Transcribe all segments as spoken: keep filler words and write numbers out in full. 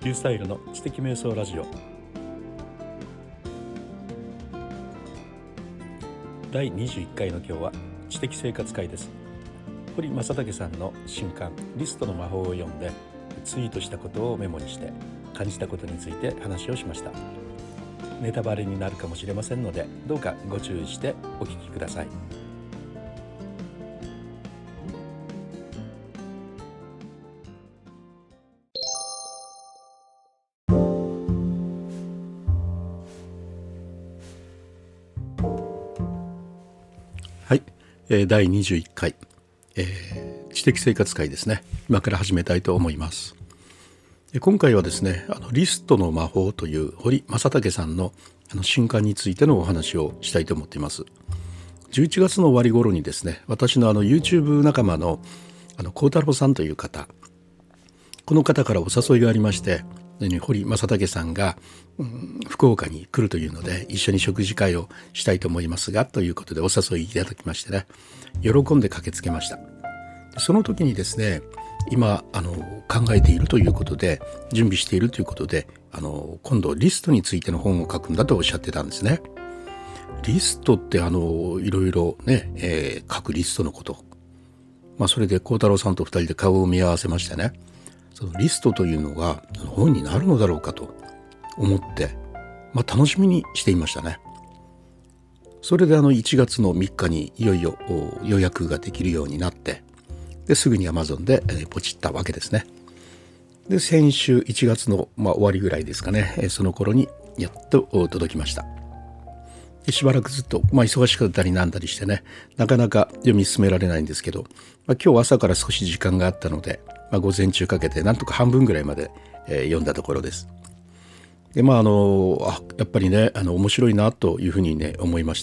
ュースタイルの知的瞑想ラジオだいにじゅういっかいの今日は知的生活会です。堀正武さんの新刊リストの魔法を読んでツイートしたことをメモにして感じたことについて話をしました。ネタバレになるかもしれませんのでどうかご注意してお聞きください。はい、えー、だいにじゅういっかい、えー、知的生活会ですね。今から始めたいと思います。今回はですね、あのリストの魔法という堀正武さんのあの新刊についてのお話をしたいと思っています。じゅういちがつの終わり頃にですね、私のあの YouTube 仲間のあの幸太郎さんという方、この方からお誘いがありまして、堀正武さんが、うん、福岡に来るというので一緒に食事会をしたいと思いますがということでお誘いいただきましてね、喜んで駆けつけました。その時にですね、今あの考えているということで準備しているということであの今度リストについての本を書くんだとおっしゃってたんですね。リストってあのいろいろね、えー、書くリストのこと、まあ、それで幸太郎さんとふたりで顔を見合わせましてね、そのリストというのが本になるのだろうかと思って、まあ、楽しみにしていましたね。それであのいちがつのみっかにいよいよ予約ができるようになって、ですぐに Amazon でポチったわけですね。で先週いちがつの、まあ、終わりぐらいですかね、その頃にやっと届きました。でしばらくずっと、まあ、忙しかったりなんだりしてね、なかなか読み進められないんですけど、まあ、今日朝から少し時間があったので、まあ、午前中かけてなんとか半分ぐらいまで、えー、読んだところです。でまああのあやっぱりねあの面白いなというふうにね思いました。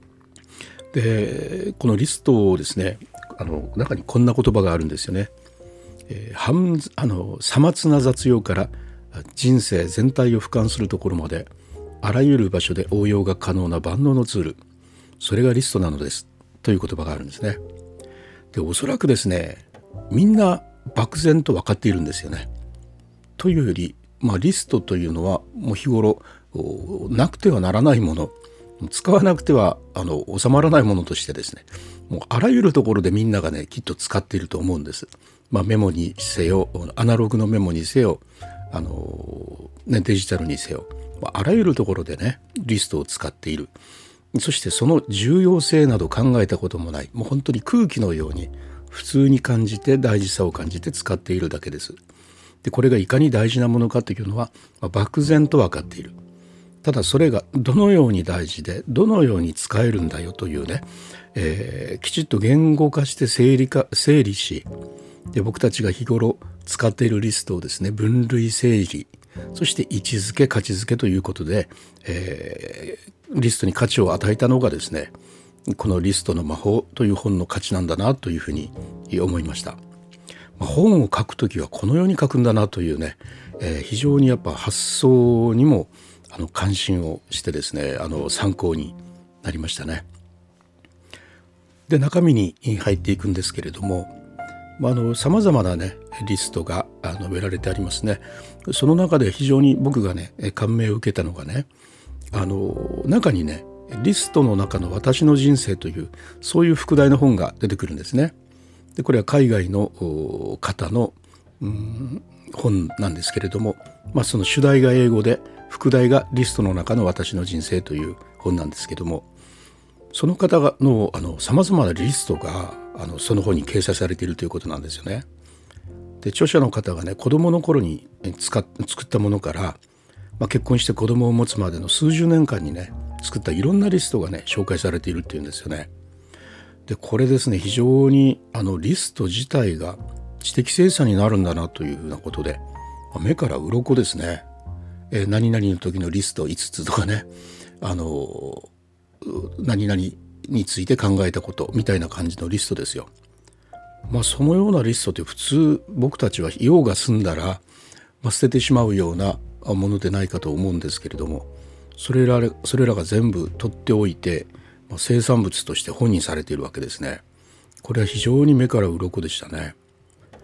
でこのリストをですね、あの中にこんな言葉があるんですよね。えー、あのさまつな雑用から人生全体を俯瞰するところまであらゆる場所で応用が可能な万能のツール、それがリストなのですという言葉があるんですね。でおそらくですね、みんな漠然と分かっているんですよね。というより、まあ、リストというのはもう日頃なくてはならないもの、使わなくてはあの収まらないものとしてですね、もうあらゆるところでみんながねきっと使っていると思うんです。まあ、メモにせよ、アナログのメモにせよ、あの、ね、デジタルにせよ、あらゆるところでねリストを使っている。そしてその重要性など考えたこともない、もう本当に空気のように普通に感じて大事さを感じて使っているだけです。でこれがいかに大事なものかというのは、まあ、漠然と分かっている。ただそれがどのように大事でどのように使えるんだよというね、えー、きちっと言語化して整理化整理し、で僕たちが日頃使っているリストをですね分類整理、そして位置づけ価値づけということで、えー、リストに価値を与えたのがですね、このリストの魔法という本の価値なんだなというふうに思いました。まあ、本を書くときはこのように書くんだなというね、えー、非常にやっぱ発想にもあの関心をしてですね、あの参考になりましたね。で中身に入っていくんですけれども、さまざまなねリストが述べられてありますね。その中で非常に僕がね感銘を受けたのがね、あの中にねリストの中の私の人生というそういう副題の本が出てくるんですね。でこれは海外の方の、うん、本なんですけれども、まあ、その主題が英語で副題がリストの中の私の人生という本なんですけども、その方のさまざまなリストがあのその本に掲載されているということなんですよね。で著者の方がね子供の頃に使っ作ったものから、まあ、結婚して子供を持つまでの数十年間にね作ったいろんなリストがね紹介されているっていうんですよね。でこれですね、非常にあのリスト自体が知的生産になるんだなというふうなことで、まあ、目から鱗ですね。えー、何々の時のリストいつつとかね、あの何々について考えたことみたいな感じのリストですよ。まあそのようなリストって普通僕たちは用が済んだら、まあ、捨ててしまうようなものでないかと思うんですけれども、それらそれらが全部取っておいて、まあ、生産物として本にされているわけですね。これは非常に目から鱗でしたね。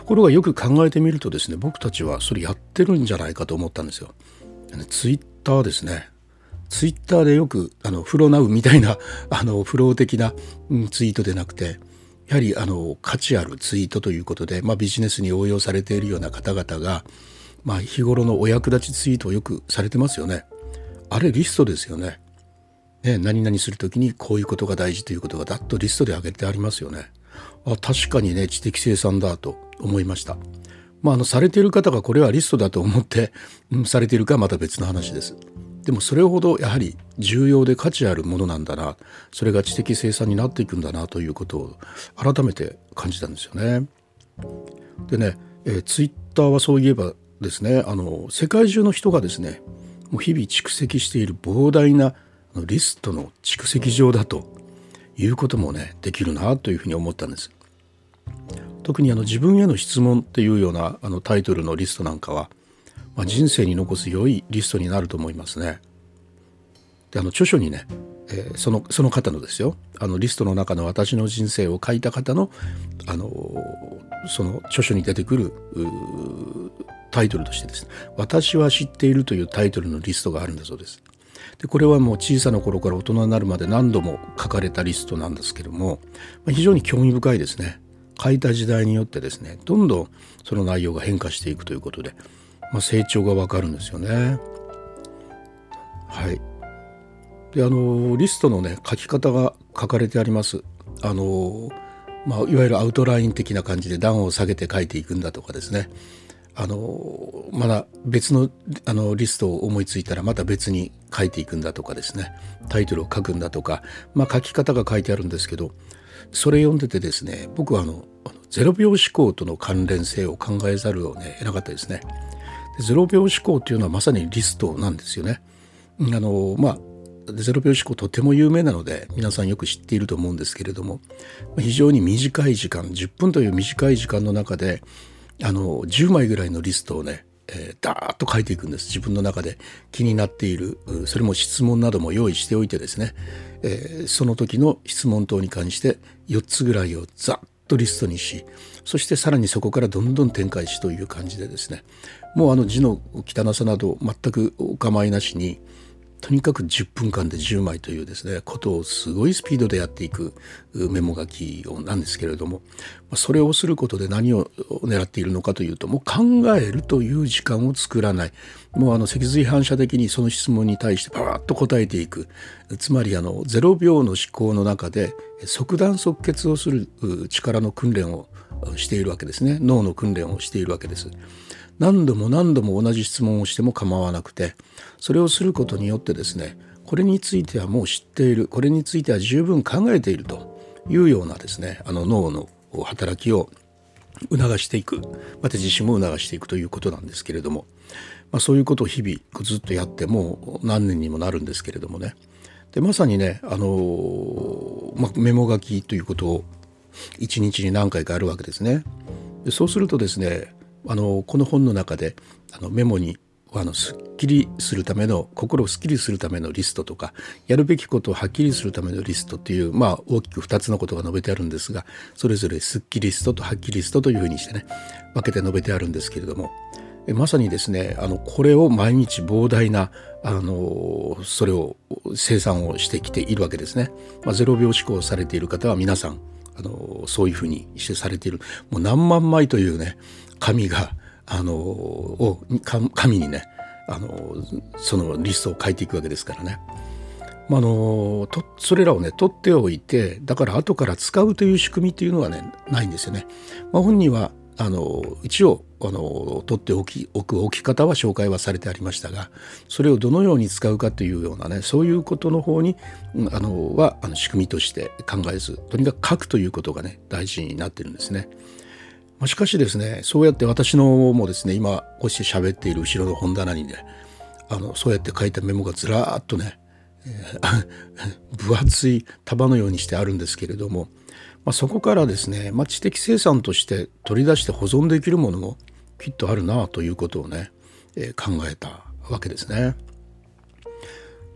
ところがよく考えてみるとですね、僕たちはそれやってるんじゃないかと思ったんですよ。ツイッターですね。ツイッターでよくあのフローナウみたいなあのフロー的な、うん、ツイートでなくて、やはりあの価値あるツイートということで、まあ、ビジネスに応用されているような方々が、まあ、日頃のお役立ちツイートをよくされてますよね。あれリストですよね。ね、何々するときにこういうことが大事ということがだっとリストで挙げてありますよね。あ、確かにね、知的生産だと思いました。まあ、あのされている方がこれはリストだと思って、うん、されているかはまた別の話です。でもそれほどやはり重要で価値あるものなんだな、それが知的生産になっていくんだなということを改めて感じたんですよね。でね、えー、ツイッターはそういえばですね、あの世界中の人がですね、もう日々蓄積している膨大なリストの蓄積場だということもね、できるなというふうに思ったんです。特にあの自分への質問っていうようなあのタイトルのリストなんかは、まあ、人生に残す良いリストになると思いますね。で、あの著書にね、えー、そのその方のですよ、あのリストの中の私の人生を書いた方の、あのー、その著書に出てくるタイトルとしてですね、私は知っているというタイトルのリストがあるんだそうです。で、これはもう小さな頃から大人になるまで何度も書かれたリストなんですけども、まあ、非常に興味深いですね。書いた時代によってですね、どんどんその内容が変化していくということで、まあ、成長がわかるんですよね。はい。で、あのリストのね、書き方が書かれてあります。あの、まあ、いわゆるアウトライン的な感じで段を下げて書いていくんだとかですね。あのまだ別の、あのリストを思いついたらまた別に書いていくんだとかですね、タイトルを書くんだとか、まあ、書き方が書いてあるんですけど、それ読んでてですね、僕はあのゼロびょう思考との関連性を考えざるをね得なかったですね。で、ゼロびょう思考というのはまさにリストなんですよね。あのまあゼロびょう思考とても有名なので皆さんよく知っていると思うんですけれども、非常に短い時間、じゅっぷんという短い時間の中であのじゅうまいぐらいのリストをね、えー、ダーッと書いていくんです。自分の中で気になっている、それも質問なども用意しておいてですね、えー、その時の質問等に関してよっつぐらいをザッとリストにし、そしてさらにそこからどんどん展開しという感じでですね、もうあの字の汚さなど全くお構いなしに、とにかくじゅっぷんかんでじゅうまいというですね、ことをすごいスピードでやっていくメモ書きをなんですけれども、それをすることで何を狙っているのかというと、もう考えるという時間を作らない。もうあの脊髄反射的にその質問に対してパワッと答えていく。つまりあのゼロびょうの思考の中で即断即決をする力の訓練をしているわけですね。脳の訓練をしているわけです。何度も何度も同じ質問をしても構わなくて、それをすることによってですね、これについてはもう知っている、これについては十分考えているというようなですね、あの脳の働きを促していく、また自身も促していくということなんですけれども、まあ、そういうことを日々ずっとやってもう何年にもなるんですけれどもね。で、まさにね、あのまあ、メモ書きということを一日に何回かあるわけですね。で、そうするとですね、あのこの本の中であのメモにあのすっきりするための、心をすっきりするためのリストとか、やるべきことをはっきりするためのリストっていう、まあ大きくふたつのことが述べてあるんですが、それぞれすっきりリストとはっきりリストというふうにしてね、分けて述べてあるんですけれども、まさにですね、あのこれを毎日膨大なあのそれを生産をしてきているわけですね。まあ、ゼロびょう思考をされている方は皆さんあのそういうふうにしてされている。もう何万枚というね、紙があのを紙にね、あのそのリストを書いていくわけですからね。まあ、あのとそれらをね取っておいて、だから後から使うという仕組みというのはねないんですよね。まあ、本にはあの一応あの取っておきおく置き方は紹介はされてありましたが、それをどのように使うかというようなね、そういうことの方にあのはあの仕組みとして考えず、とにかく書くということがね大事になっているんですね。まあ、しかしですね、そうやって私のもですね、今こうして喋っている後ろの本棚にね、あのそうやって書いたメモがずらーっとね、えー、分厚い束のようにしてあるんですけれども、まあ、そこからですね、まあ、知的生産として取り出して保存できるものもきっとあるなということをね、えー、考えたわけですね。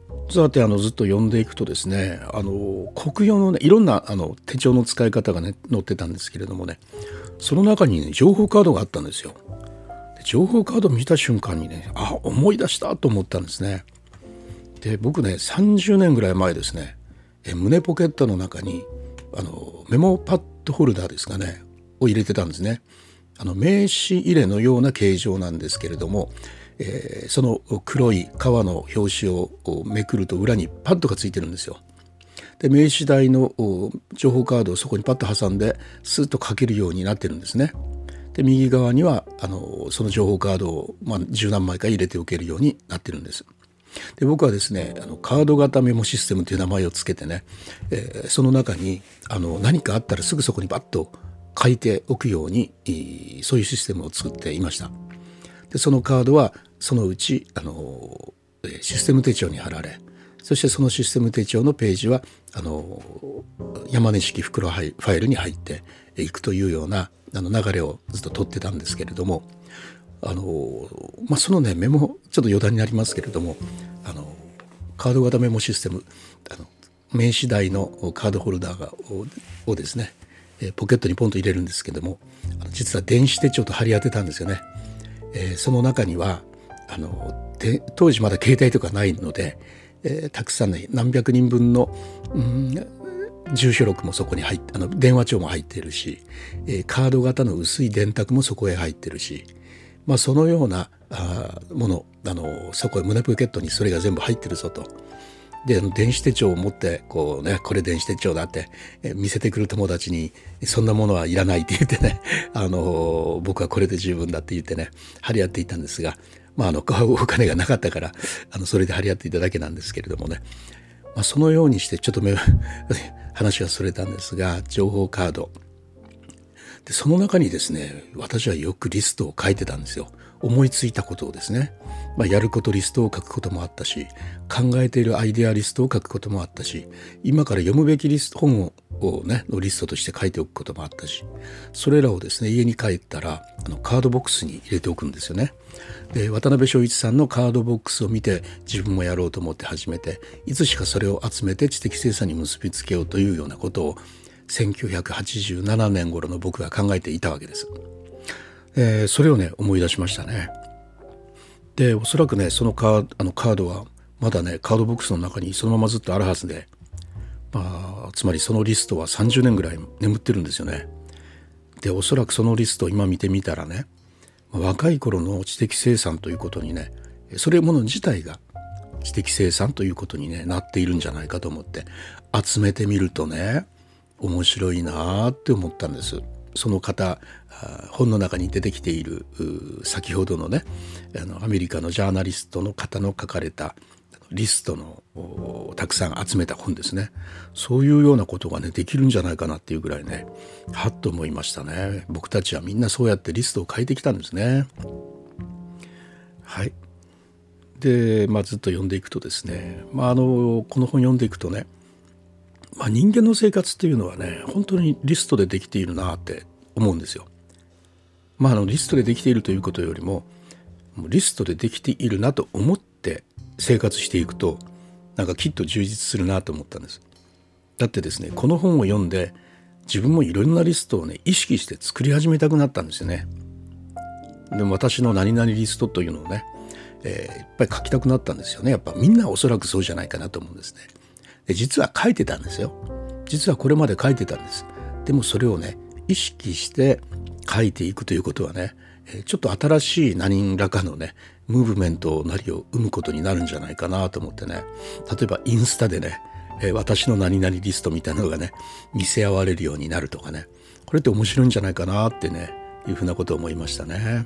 さてあのずっと読んでいくとですね、あの国用のねいろんなあの手帳の使い方がね載ってたんですけれどもね、その中にね情報カードがあったんですよ。で情報カードを見た瞬間にね、あ、思い出したと思ったんですね。で僕ねさんじゅうねんぐらい前ですね、え胸ポケットの中にあのメモパッドホルダーですかねを入れてたんですね。あの名刺入れのような形状なんですけれども、えー、その黒い革の表紙をめくると裏にパッドがついてるんですよ。で名刺台の情報カードをそこにパッと挟んでスッと書けるようになってるんですね。で右側にはあのその情報カードを、まあ、十何枚か入れておけるようになってるんです。で僕はですねあのカード型メモシステムという名前をつけてね、えー、その中にあの何かあったらすぐそこにバッと書いておくようにそういうシステムを作っていました。でそのカードはそのうちあのシステム手帳に貼られ、そしてそのシステム手帳のページはあの山根式袋ファイルに入っていくというようなあの流れをずっと取ってたんですけれども、あの、まあ、そのねメモちょっと余談になりますけれども、あのカード型メモシステム、あの名刺台のカードホルダーがををですねポケットにポンと入れるんですけども、実は電子手帳と貼り当てたんですよね。えー、その中にはあの当時まだ携帯とかないので、えー、たくさんね何百人分の、うん、住所録もそこに入って、あの電話帳も入っているし、えー、カード型の薄い電卓もそこへ入ってるし、まあ、そのようなあものあのそこへ胸ポケットにそれが全部入ってるぞと。で電子手帳を持ってこうね、これ電子手帳だって見せてくる友達にそんなものはいらないって言ってね、あの僕はこれで十分だって言ってね張り合っていたんですが、まああの買うお金がなかったからあのそれで張り合っていただけなんですけれどもね、まあ、そのようにしてちょっと目話がそれたんですが、情報カードでその中にですね私はよくリストを書いてたんですよ。思いついたことをですね、まあ、やることリストを書くこともあったし、考えているアイデアリストを書くこともあったし、今から読むべきリスト本をを、ね、のリストとして書いておくこともあったし、それらをですね家に帰ったらあのカードボックスに入れておくんですよね。で渡辺正一さんのカードボックスを見て自分もやろうと思って始めて、いつしかそれを集めて知的生産に結びつけようというようなことをせんきゅうひゃくはちじゅうななねん頃の僕が考えていたわけです。えー、それをね思い出しましたね。でおそらくねそのカー、あのカードはまだねカードボックスの中にそのままずっとあるはずで、まあ、つまりそのリストはさんじゅうねんぐらい眠ってるんですよね。でおそらくそのリストを今見てみたらね、若い頃の知的生産ということにね、それもの自体が知的生産ということに、ね、なっているんじゃないかと思って集めてみるとね面白いなって思ったんです。その方、本の中に出てきている先ほどのねあのアメリカのジャーナリストの方の書かれたリストのたくさん集めた本ですね。そういうようなことがねできるんじゃないかなっていうぐらいねはっと思いましたね。僕たちはみんなそうやってリストを書いてきたんですね。はい。で、まあ、ずっと読んでいくとですね、まあ、あのこの本読んでいくとね、まあ、人間の生活っていうのはね本当にリストでできているなって思うんですよ。まあ、あのリストでできているということよりもリストでできているなと思って生活していくとなんかきっと充実するなと思ったんです。だってですねこの本を読んで自分もいろんなリストをね意識して作り始めたくなったんですよね。でも私の何々リストというのをね、えー、いっぱい書きたくなったんですよね。やっぱみんなおそらくそうじゃないかなと思うんですね。で実は書いてたんですよ。実はこれまで書いてたんです。でもそれをね意識して書いていくということはね、ちょっと新しい何らかのねムーブメントなりを生むことになるんじゃないかなと思ってね、例えばインスタでね私の何々リストみたいなのがね見せ合われるようになるとかね、これって面白いんじゃないかなってねいうふうなことを思いましたね。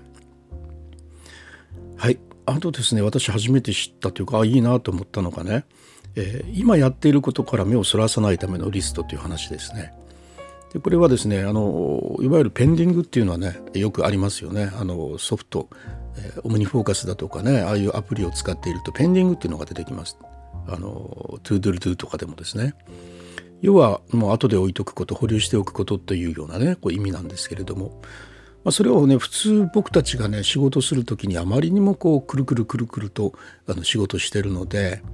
はい。あとですね私初めて知ったというかあいいなと思ったのがね、えー、今やっていることから目をそらさないためのリストという話ですね。でこれはですねあのいわゆるペンディングっていうのはねよくありますよね。あのソフト、えー、オムニフォーカスだとかねああいうアプリを使っているとペンディングっていうのが出てきます。あのトゥードゥルドゥとかでもですね、要はもう後で置いとくこと、保留しておくことというようなねこう意味なんですけれども、まあ、それをね普通僕たちがね仕事する時にあまりにもこうくるくるくるくるとあの仕事してるので、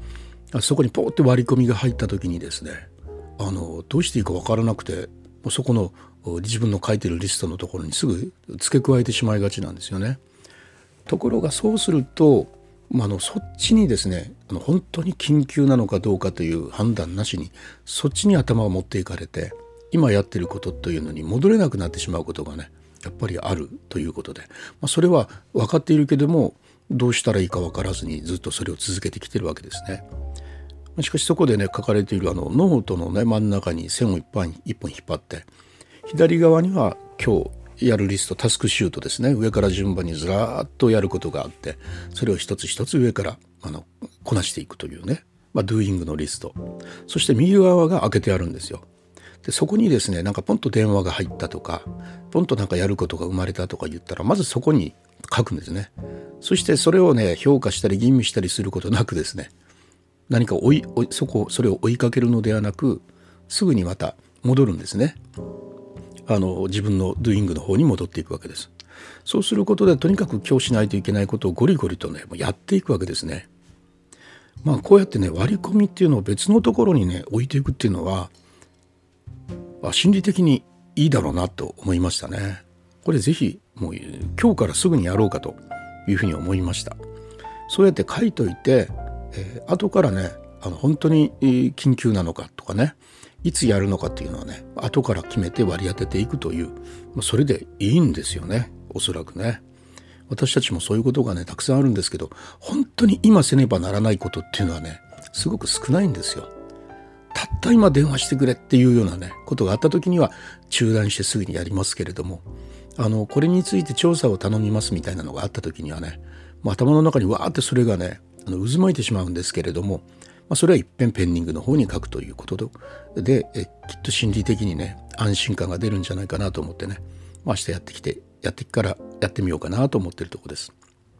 そこにポーって割り込みが入った時にですね、あのどうしていいか分からなくて、もうそこの自分の書いてるリストのところにすぐ付け加えてしまいがちなんですよね。ところがそうすると、まあ、あのそっちにですね、あの本当に緊急なのかどうかという判断なしにそっちに頭を持っていかれて、今やってることというのに戻れなくなってしまうことがね、やっぱりあるということで、まあ、それは分かっているけどもどうしたらいいか分からずにずっとそれを続けてきてるわけですね。しかしそこでね書かれているあのノートのね真ん中に線を一本一本引っ張って、左側には今日やるリスト、タスクシュートですね、上から順番にずらーっとやることがあって、それを一つ一つ上からあのこなしていくというね、まあ、ドゥーイングのリスト、そして右側が開けてあるんですよ。でそこにですね、なんかポンと電話が入ったとか、ポンとなんかやることが生まれたとか言ったら、まずそこに書くんですね。そしてそれをね評価したり吟味したりすることなくですね、何か追い追いそこそれを追いかけるのではなく、すぐにまた戻るんですね。あの自分のドゥイングの方に戻っていくわけです。そうすることでとにかく今日しないといけないことをゴリゴリとねもうやっていくわけですね。まあこうやってね割り込みっていうのを別のところにね置いていくっていうのは、心理的にいいだろうなと思いましたね。これぜひもう今日からすぐにやろうかというふうに思いました。そうやって書いといて、えー、後からねあの本当に緊急なのかとかね、いつやるのかっていうのはね後から決めて割り当てていくという、それでいいんですよね、おそらくね。私たちもそういうことがねたくさんあるんですけど、本当に今せねばならないことっていうのはねすごく少ないんですよ。たった今電話してくれっていうようなねことがあった時には中断してすぐにやりますけれども、あのこれについて調査を頼みますみたいなのがあった時にはね、もう頭の中にわーってそれがねあの渦巻いてしまうんですけれども、まあ、それは一遍ペンディングの方に書くということで、えきっと心理的にね安心感が出るんじゃないかなと思ってね、まあ、明日やってきてやってきからやってみようかなと思っているところです。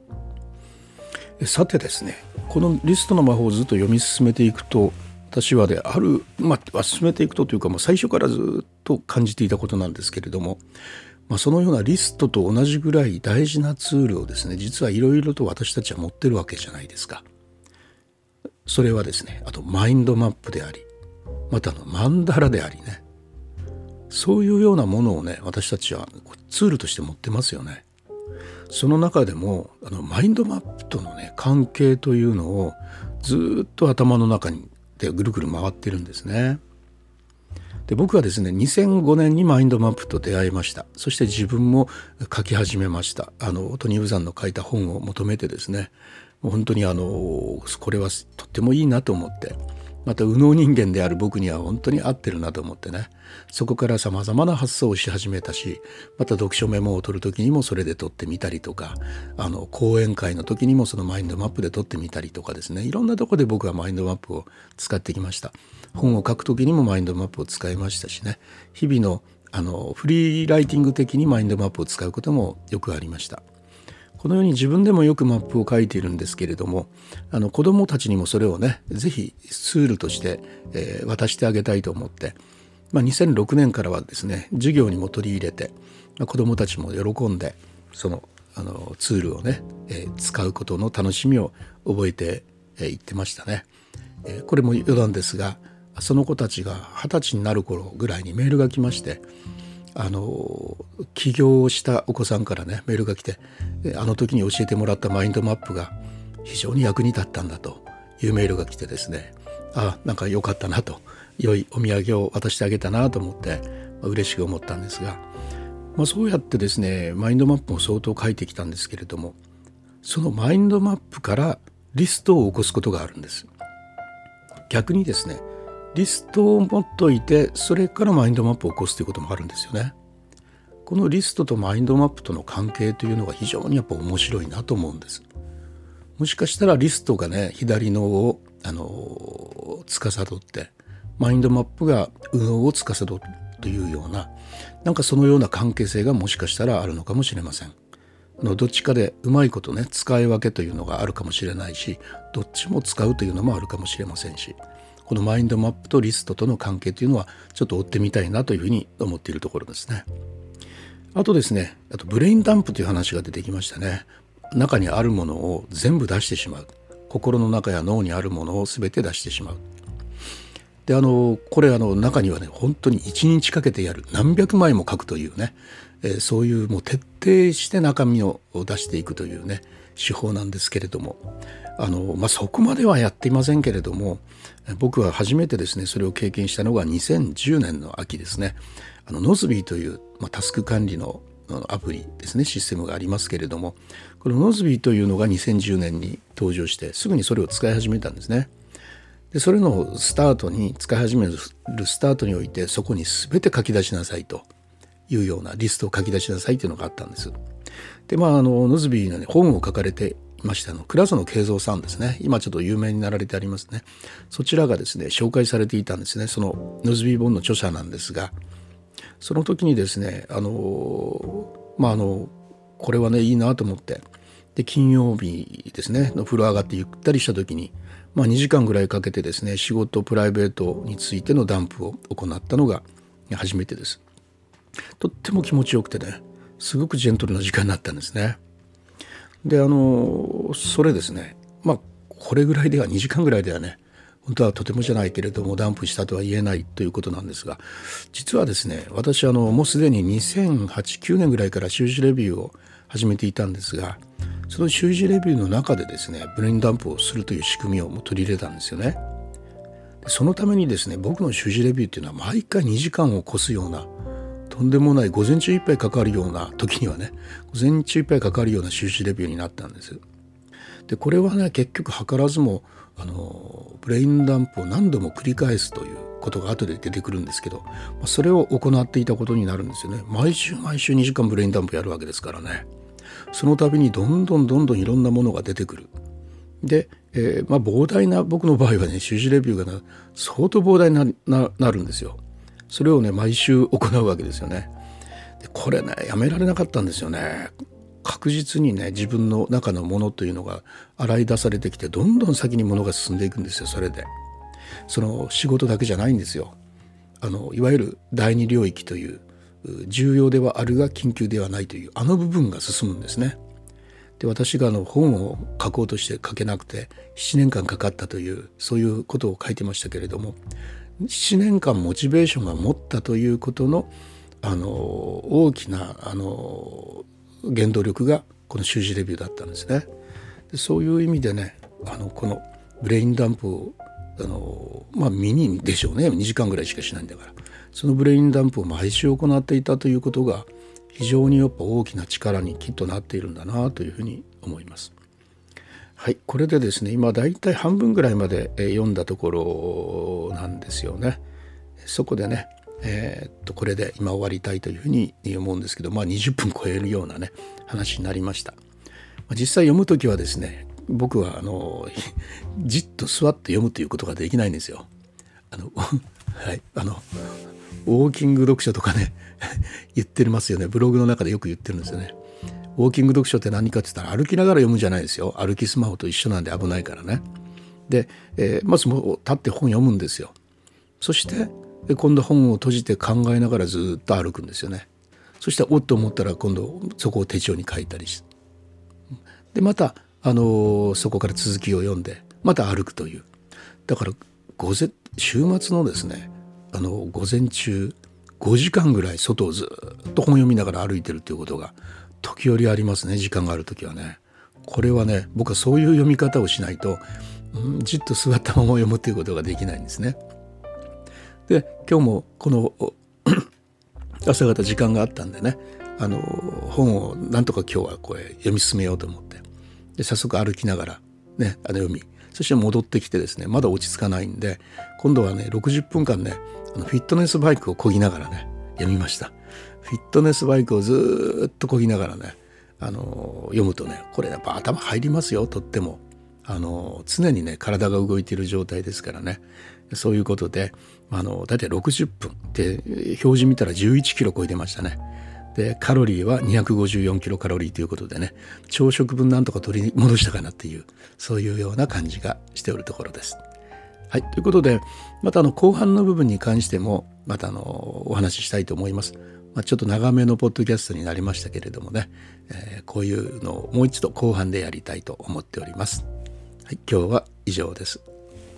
さてですね、このリストの魔法をずっと読み進めていくと、私はである、まあ、進めていくとというか、もう最初からずっと感じていたことなんですけれども、まあ、そのようなリストと同じぐらい大事なツールをですね、実はいろいろと私たちは持ってるわけじゃないですか。それはですね、あとマインドマップであり、またのマンダラでありね、そういうようなものをね私たちはツールとして持ってますよね。その中でもあのマインドマップとのね関係というのをずっと頭の中にでぐるぐる回ってるんですね。で僕はですねにせんごねんにマインドマップと出会いました。そして自分も書き始めました。あのトニー・ブザンの書いた本を求めてですね、もう本当にあのこれはとってもいいなと思って、また右脳人間である僕には本当に合ってるなと思ってね、そこからさまざまな発想をし始めたし、また読書メモを取る時にもそれで取ってみたりとか、あの講演会の時にもそのマインドマップで取ってみたりとかですね、いろんなとこで僕はマインドマップを使ってきました。本を書く時にもマインドマップを使いましたしね、日々のあのフリーライティング的にマインドマップを使うこともよくありました。このように自分でもよくマップを書いているんですけれども、あの子どもたちにもそれをねぜひツールとして、えー、渡してあげたいと思って、まあ、にせんろくねんからはですね授業にも取り入れて、まあ、子どもたちも喜んでその、あのツールをね、えー、使うことの楽しみを覚えてい、えー、ってましたね。えー、これも余談ですが、その子たちが二十歳になる頃ぐらいにメールが来まして、あの起業したお子さんからねメールが来て、あの時に教えてもらったマインドマップが非常に役に立ったんだというメールが来てですね、あなんか良かったなと、良いお土産を渡してあげたなと思って、まあ、嬉しく思ったんですが、まあ、そうやってですねマインドマップも相当書いてきたんですけれども、そのマインドマップからリストを起こすことがあるんです。逆にですねリストを持っといてそれからマインドマップを起こすということもあるんですよね。このリストとマインドマップとの関係というのが非常にやっぱ面白いなと思うんです。もしかしたらリストがね左脳をあの司ってマインドマップが右脳を司るというような、なんかそのような関係性がもしかしたらあるのかもしれません。あのどっちかでうまいことね使い分けというのがあるかもしれないし、どっちも使うというのもあるかもしれませんし、このマインドマップとリストとの関係というのはちょっと追ってみたいなというふうに思っているところですね。あとですね、あとブレインダンプという話が出てきましたね。中にあるものを全部出してしまう。 心の中や脳にあるものを全て出してしまう。であのこれあの中にはね本当にいちにちかけてやる何百枚も書くというね、えー、そういうもう徹底して中身を出していくというね手法なんですけれども、あの、まあ、そこまではやっていませんけれども、僕は初めてですねそれを経験したのがにせんじゅうねんの秋ですね。あのノズビーという、まあ、タスク管理のアプリですね、システムがありますけれども、このノズビーというのがにせんじゅうねんに登場してすぐにそれを使い始めたんですね。でそれのスタートに使い始めるスタートにおいてそこに全て書き出しなさいというようなリストを書き出しなさいというのがあったんです。でまああのノズビーの、ね、本を書かれていましたの倉園慶三さんですね、今ちょっと有名になられてありますね。そちらがですね紹介されていたんですね。そのノズビー本の著者なんですが、その時にですねあのまああのこれはねいいなと思って、で金曜日ですねの風呂上がってゆったりした時に、まあ、にじかんぐらいかけてですね仕事プライベートについてのダンプを行ったのが初めてです。とっても気持ちよくてねすごくジェントルな時間になったんですね。であのそれですねまあこれぐらいではにじかんぐらいではね本当はとてもじゃないけれどもダンプしたとは言えないということなんですが、実はですね私あのもうすでににせんはち、きゅうねんぐらいから習字レビューを始めていたんですが、その習字レビューの中でですねブレインダンプをするという仕組みをもう取り入れたんですよね。でそのためにですね僕の習字レビューっていうのは毎回にじかんを超すようなとんでもない午前中いっぱいかかるような時にはね午前中いっぱいかかるような習字レビューになったんです。でこれはね結局図らずもあのブレインダンプを何度も繰り返すということが後で出てくるんですけど、それを行っていたことになるんですよね。毎週毎週にじかんブレインダンプやるわけですからね。その度にどんどんどんどんいろんなものが出てくる。で、えーまあ、膨大な僕の場合はね習字レビューが、ね、相当膨大に な, な, なるんですよ。それをね毎週行うわけですよね。でこれねやめられなかったんですよね。確実にね自分の中のものというのが洗い出されてきてどんどん先にものが進んでいくんですよ。それでその仕事だけじゃないんですよ。あのいわゆる第二領域という重要ではあるが緊急ではないというあの部分が進むんですね。で私があの本を書こうとして書けなくてななねんかんかかったというそういうことを書いてましたけれども、ななねんかんモチベーションが持ったということのあの大きなあの原動力がこの習字レビューだったんですね。でそういう意味でねあのこのブレインダンプをあのまあミニでしょうねにじかんぐらいしかしないんだから、そのブレインダンプを毎週行っていたということが非常にやっぱ大きな力にきっとなっているんだなというふうに思います。はい、これでですね今だいたい半分ぐらいまで読んだところなんですよね。そこでねえー、っとこれで今終わりたいというふうに思うんですけど、まあ、にじゅっぷん超えるようなね話になりました。実際読むときはですね僕はあのじっと座って読むということができないんですよ。あのはいあのウォーキング読書とかね言ってますよね。ブログの中でよく言ってるんですよね。ウォーキング読書って何かって言ったら歩きながら読むんじゃないですよ。歩きスマホと一緒なんで危ないからね。で、えー、まずもう立って本読むんですよ。そして今度本を閉じて考えながらずっと歩くんですよね。そしておっと思ったら今度そこを手帳に書いたりして、でまた、あのー、そこから続きを読んでまた歩くという、だから午前週末のですねあの午前中ごじかんぐらい外をずっと本読みながら歩いてるということが時折ありますね。時間がある時はね。これはね僕はそういう読み方をしないと、うん、じっと座ったまま読むということができないんですね。で今日もこの朝方時間があったんでねあの本をなんとか今日はこれ読み進めようと思って、で早速歩きながらねあの読み、そして戻ってきてですねまだ落ち着かないんで今度はねろくじゅっぷんかんねあのフィットネスバイクを漕ぎながらね読みました。フィットネスバイクをずっと漕ぎながらねあの読むとねこれやっぱ頭入りますよ。とってもあの常にね体が動いている状態ですからね。そういうことであのだいたいろくじゅっぷんで表示見たらじゅういちキロ超えてましたね。でカロリーはにひゃくごじゅうよんキロカロリーということでね朝食分なんとか取り戻したかなっていうそういうような感じがしておるところです。はい、ということでまたあの後半の部分に関してもまたあのお話ししたいと思います。まあ、ちょっと長めのポッドキャストになりましたけれどもね、えー、こういうのをもう一度後半でやりたいと思っております。 はい、今日は以上です。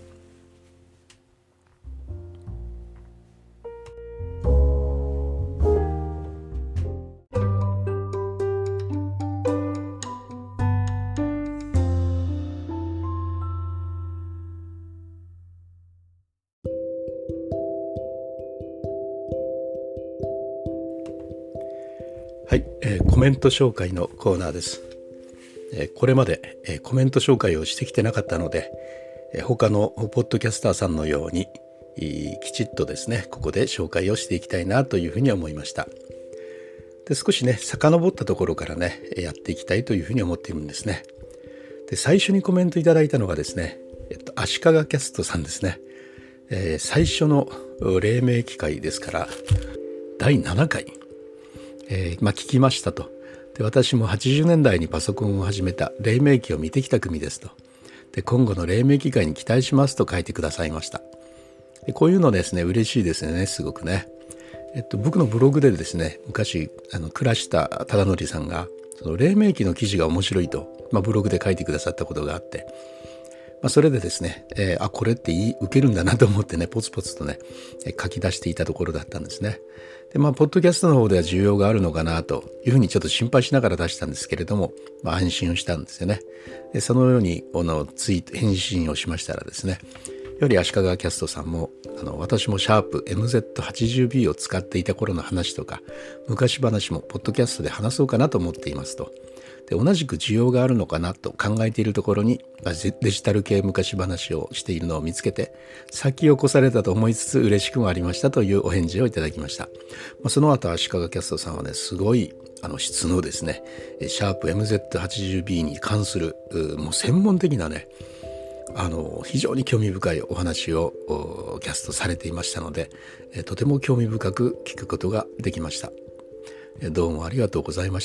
はい、えー、コメント紹介のコーナーです。えー、これまで、えー、コメント紹介をしてきてなかったので、えー、他のポッドキャスターさんのようにきちっとですね、ここで紹介をしていきたいなというふうに思いました。で、少しね、遡ったところからね、やっていきたいというふうに思っているんですね。で、最初にコメントいただいたのがですね、えっと、足利キャストさんですね。えー、最初の黎明期会ですから、だいななかい。えーまあ、聞きましたと。で、私もはちじゅうねんだいにパソコンを始めた黎明期を見てきた組ですと。で、今後の黎明期会に期待しますと書いてくださいました。で、こういうのですね、嬉しいですよね、すごくね。えっと、僕のブログでですね、昔あの倉下忠則さんがその黎明期の記事が面白いと、まあ、ブログで書いてくださったことがあって、まあ、それでですね、えー、あ、これっていい受けるんだなと思ってね、ポツポツとね、書き出していたところだったんですね。で、まあ、ポッドキャストの方では需要があるのかなというふうにちょっと心配しながら出したんですけれども、まあ、安心をしたんですよね。で、そのようにあのツイート返信をしましたらですね、やはり足利キャストさんもあの私もシャープ エムゼットはちじゅうビー を使っていた頃の話とか昔話もポッドキャストで話そうかなと思っていますと。で、同じく需要があるのかなと考えているところにデジタル系昔話をしているのを見つけて先を越されたと思いつつ嬉しくもありましたというお返事をいただきました。まあ、その後足利キャストさんはね、すごいあの質のですねシャープ エムゼットはちじゅうビー に関するもう専門的なね、あの非常に興味深いお話をキャストされていましたので、とても興味深く聞くことができました。どうもありがとうございました。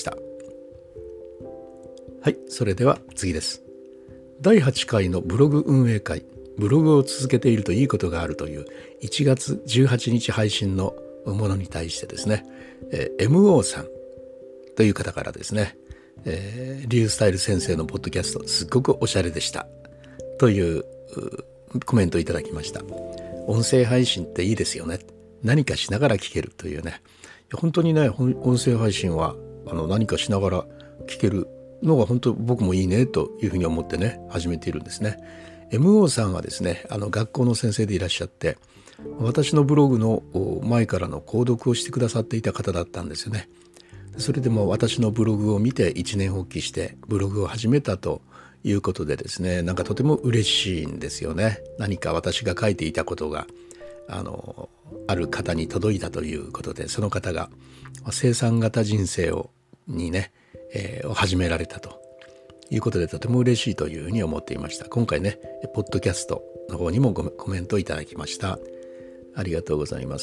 はい、それでは次です。だいはちかいのブログ運営会、ブログを続けているといいことがあるといういちがつじゅうはちにち配信のものに対してですね、えー、エムオー さんという方からですね、えー、リュースタイル先生のポッドキャストすっごくおしゃれでしたというコメントをいただきました。音声配信っていいですよね。何かしながら聞けるというね。本当にね、音声配信はあの何かしながら聞けるのが本当僕もいいねというふうに思ってね、始めているんですね。エムオー さんはですね、あの学校の先生でいらっしゃって、私のブログの前からの購読をしてくださっていた方だったんですよね。それでも私のブログを見て一年発起してブログを始めたということでですね、なんかとても嬉しいんですよね。何か私が書いていたことがあのある方に届いたということで、その方が生産型人生をにね、えー、を始められたということで、とても嬉しいというふうに思っていました。今回ね、ポッドキャストの方にもコメントをいただきました。ありがとうございます。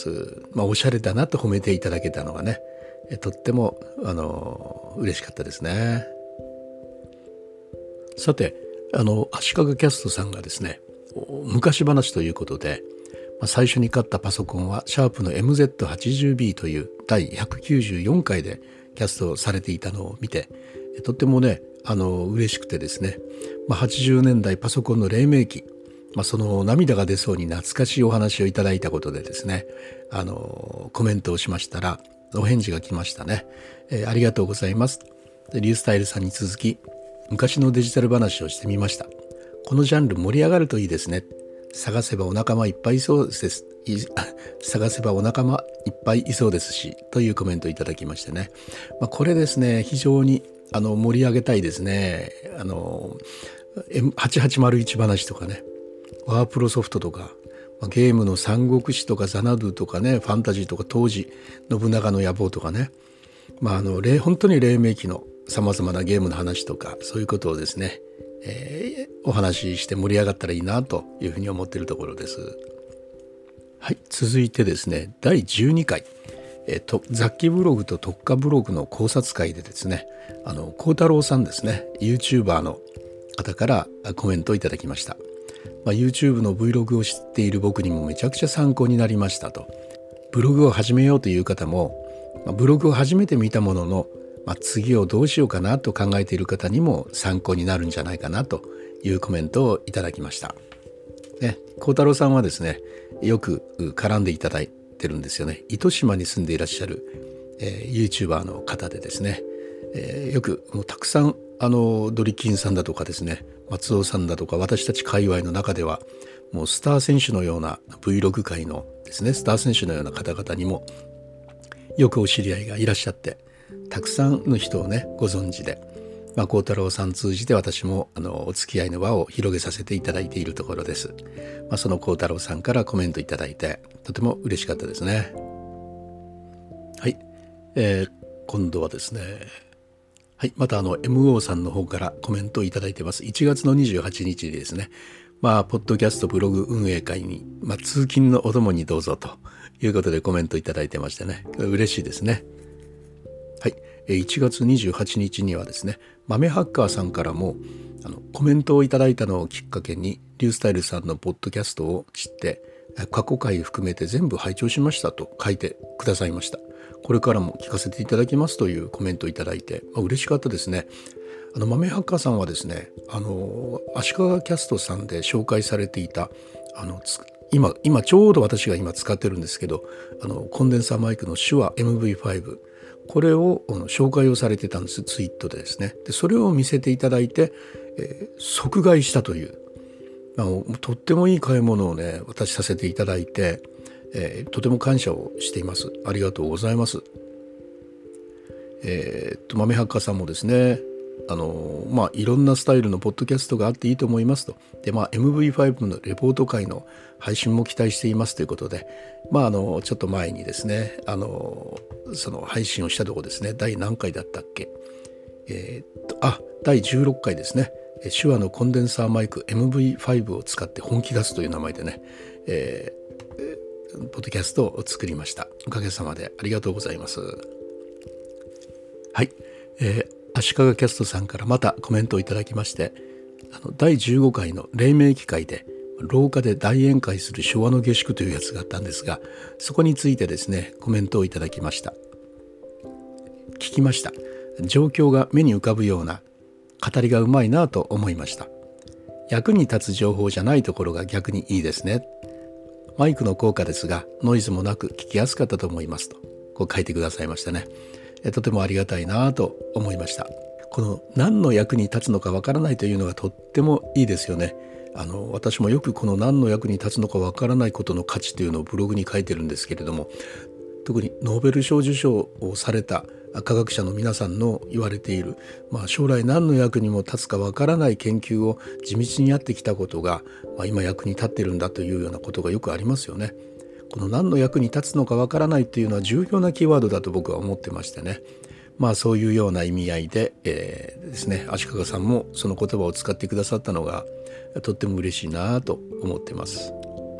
まあ、おしゃれだなと褒めていただけたのがね、とってもあの嬉しかったですね。さて、あの足利キャストさんがですね、昔話ということで、まあ、最初に買ったパソコンはシャープの エムゼットはちじゅうビー というだいひゃくきゅうじゅうよんかいでキャストされていたのを見て、とってもね、あの嬉しくてですね、まあ、はちじゅうねんだいパソコンの黎明期、まあ、その涙が出そうに懐かしいお話をいただいたことでですね、あのコメントをしましたらお返事が来ましたね。えー、ありがとうございます。で、リュースタイルさんに続き昔のデジタル話をしてみました。このジャンル盛り上がるといいですね。探せばお仲間いっぱいいそうです探せばお仲間いっぱいいそうですしというコメントをいただきましてね、まあ、これですね、非常にあの盛り上げたいですね。あのはちはちまるいち話とかね、ワープロソフトとか、ゲームの三国志とかザナドゥとかね、ファンタジーとか当時信長の野望とかね、まあ、あの本当に黎明期のさまざまなゲームの話とか、そういうことをですね、えー、お話しして盛り上がったらいいなというふうに思っているところです。はい、続いてですね、だいじゅうにかい、えー、と雑記ブログと特化ブログの考察会でですね、あの幸太郎さんですね、 YouTuber の方からコメントをいただきました。まあ、YouTube の Vlog を知っている僕にもめちゃくちゃ参考になりましたと。ブログを始めようという方も、まあ、ブログを初めて見たものの、まあ、次をどうしようかなと考えている方にも参考になるんじゃないかなというコメントをいただきました。ね、幸太郎さんはですね、よく絡んでいただいてるんですよね。糸島に住んでいらっしゃる、えー、YouTuber の方でですね、えー、よくもうたくさんあのドリキンさんだとかですね、松尾さんだとか、私たち界隈の中ではもうスター選手のような Vlog 界のですね、スター選手のような方々にもよくお知り合いがいらっしゃって、たくさんの人をねご存知で、まあ、幸太郎さん通じて私もあのお付き合いの輪を広げさせていただいているところです。まあ、その幸太郎さんからコメントいただいてとても嬉しかったですね。はい、えー、今度はですね、はい、またあの エムオー さんの方からコメントをいただいてます。いちがつのにじゅうはちにちにですね、まあポッドキャストブログ運営会に、まあ、通勤のお供にどうぞということでコメントいただいてましてね、嬉しいですね。はい、いちがつにじゅうはちにちにはですね、豆ハッカーさんからもあのコメントをいただいたのをきっかけにリュースタイルさんのポッドキャストを知って過去回含めて全部拝聴しましたと書いてくださいました。これからも聞かせていただきますというコメントをいただいて、まあ、嬉しかったですね。あの豆ハッカーさんはですね、あの足利キャストさんで紹介されていたあの今今ちょうど私が今使ってるんですけど、あのコンデンサーマイクの手話 エムブイファイブ、これを紹介をされてたんです、ツイートでですね。でそれを見せていただいて、えー、即買いしたという、まあ、とってもいい買い物をね渡しさせていただいて、えー、とても感謝をしています。ありがとうございます。えー、っと豆ハッカーさんもですね、あのまあいろんなスタイルのポッドキャストがあっていいと思いますと。でまあ エムブイファイブ のレポート会の配信も期待していますということで、まああのちょっと前にですね、あのその配信をしたところですね、第何回だったっけ、えー、っとあだいじゅうろっかいですね、手話のコンデンサーマイク エムブイファイブ を使って本気出すという名前でね、えー、ポッドキャストを作りました。おかげさまでありがとうございます。はい、えー足利キャストさんからまたコメントをいただきまして、あのだいじゅうごかいの黎明期会で廊下で大宴会する昭和の下宿というやつがあったんですが、そこについてですねコメントをいただきました。聞きました。状況が目に浮かぶような語りがうまいなと思いました。役に立つ情報じゃないところが逆にいいですね。マイクの効果ですがノイズもなく聞きやすかったと思いますと、こう書いてくださいましたね。とてもありがたいなと思いました。この何の役に立つのかわからないというのがとってもいいですよね。あの私もよくこの何の役に立つのかわからないことの価値というのをブログに書いてるんですけれども、特にノーベル賞受賞をされた科学者の皆さんの言われている、まあ、将来何の役にも立つかわからない研究を地道にやってきたことが、まあ、今役に立ってるんだというようなことがよくありますよね。この何の役に立つのかわからないというのは重要なキーワードだと僕は思ってましてね。まあそういうような意味合いで、えー、ですね、足利さんもその言葉を使ってくださったのがとっても嬉しいなと思ってます。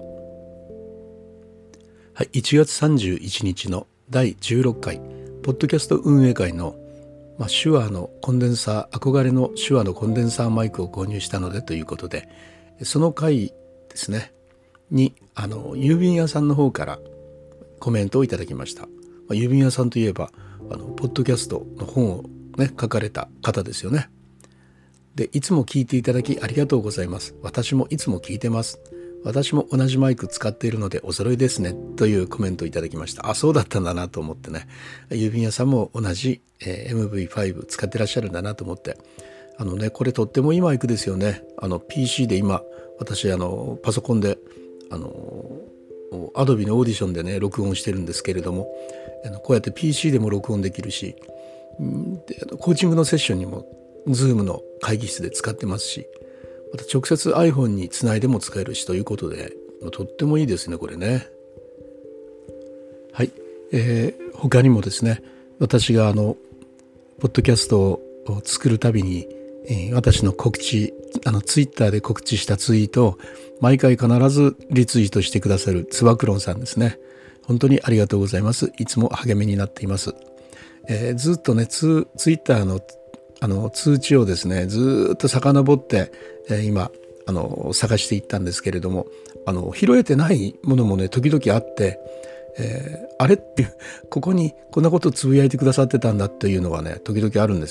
はい、いちがつさんじゅういちにちのだいじゅうろっかいポッドキャスト運営会の、まあ、手話のコンデンサー、憧れの手話のコンデンサーマイクを購入したのでということで、その回ですねにあの郵便屋さんの方からコメントをいただきました。まあ、郵便屋さんといえばあのポッドキャストの本をね書かれた方ですよね。でいつも聞いていただきありがとうございます。私もいつも聞いてます。私も同じマイク使っているのでお揃いですねというコメントをいただきました。あ、そうだったんだなと思ってね、郵便屋さんも同じ、えー、エムブイファイブ 使ってらっしゃるんだなと思って、あのねこれとってもいいマイクですよね。あの ピーシー で今私あのパソコンであのアドビのオーディションでね録音してるんですけれども、こうやって ピーシー でも録音できるし、でコーチングのセッションにも Zoom の会議室で使ってますし、また直接 iPhone につないでも使えるしということで、とってもいいですねこれね。はい、えー、他にもですね、私があのポッドキャストを作るたびに、えー、私の告知、あのツイッターで告知したツイートを毎回必ずリツイートしてくださるつばくろんさんですね。本当にありがとうございます。いつも励みになっています。えー、ずっとねツ、ツイッターのあの通知をですねずっと遡って、えー、今あの探していったんですけれども、あの拾えてないものもね時々あって、えー、あれっていうここにこんなことつぶやいてくださってたんだっていうのはね時々あるんですよ。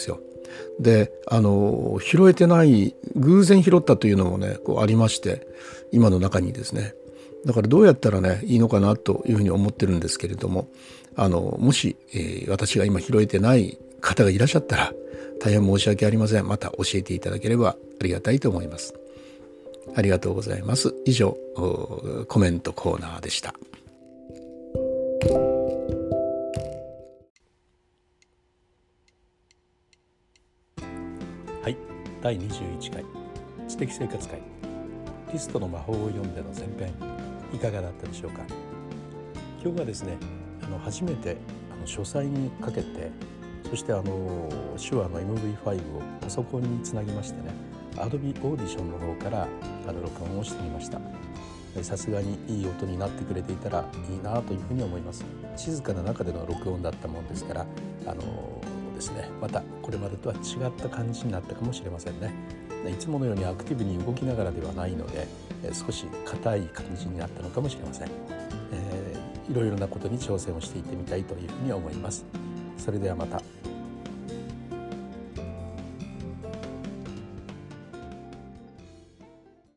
であの拾えてない偶然拾ったというのもねこうありまして、今の中にですね。だからどうやったらねいいのかなというふうに思ってるんですけれども、あのもし、えー、私が今拾えてない方がいらっしゃったら大変申し訳ありません。また教えていただければありがたいと思います。ありがとうございます。以上コメントコーナーでした。はい、だいにじゅういちかい知的生活会リストの魔法を読んでの前編いかがだったでしょうか。今日はですねあの初めてあの書斎にかけて、そしてあの手話の エムブイファイブ をパソコンにつなぎましてね、Adobe Audition の方からあの録音をしてみました。さすがにいい音になってくれていたらいいなというふうに思います。静かな中での録音だったもんですから、あのですね、またこれまでとは違った感じになったかもしれませんね。いつものようにアクティブに動きながらではないので、少し硬い感じになったのかもしれません。えー、いろいろなことに挑戦をしていってみたいというふうに思います。それではまた。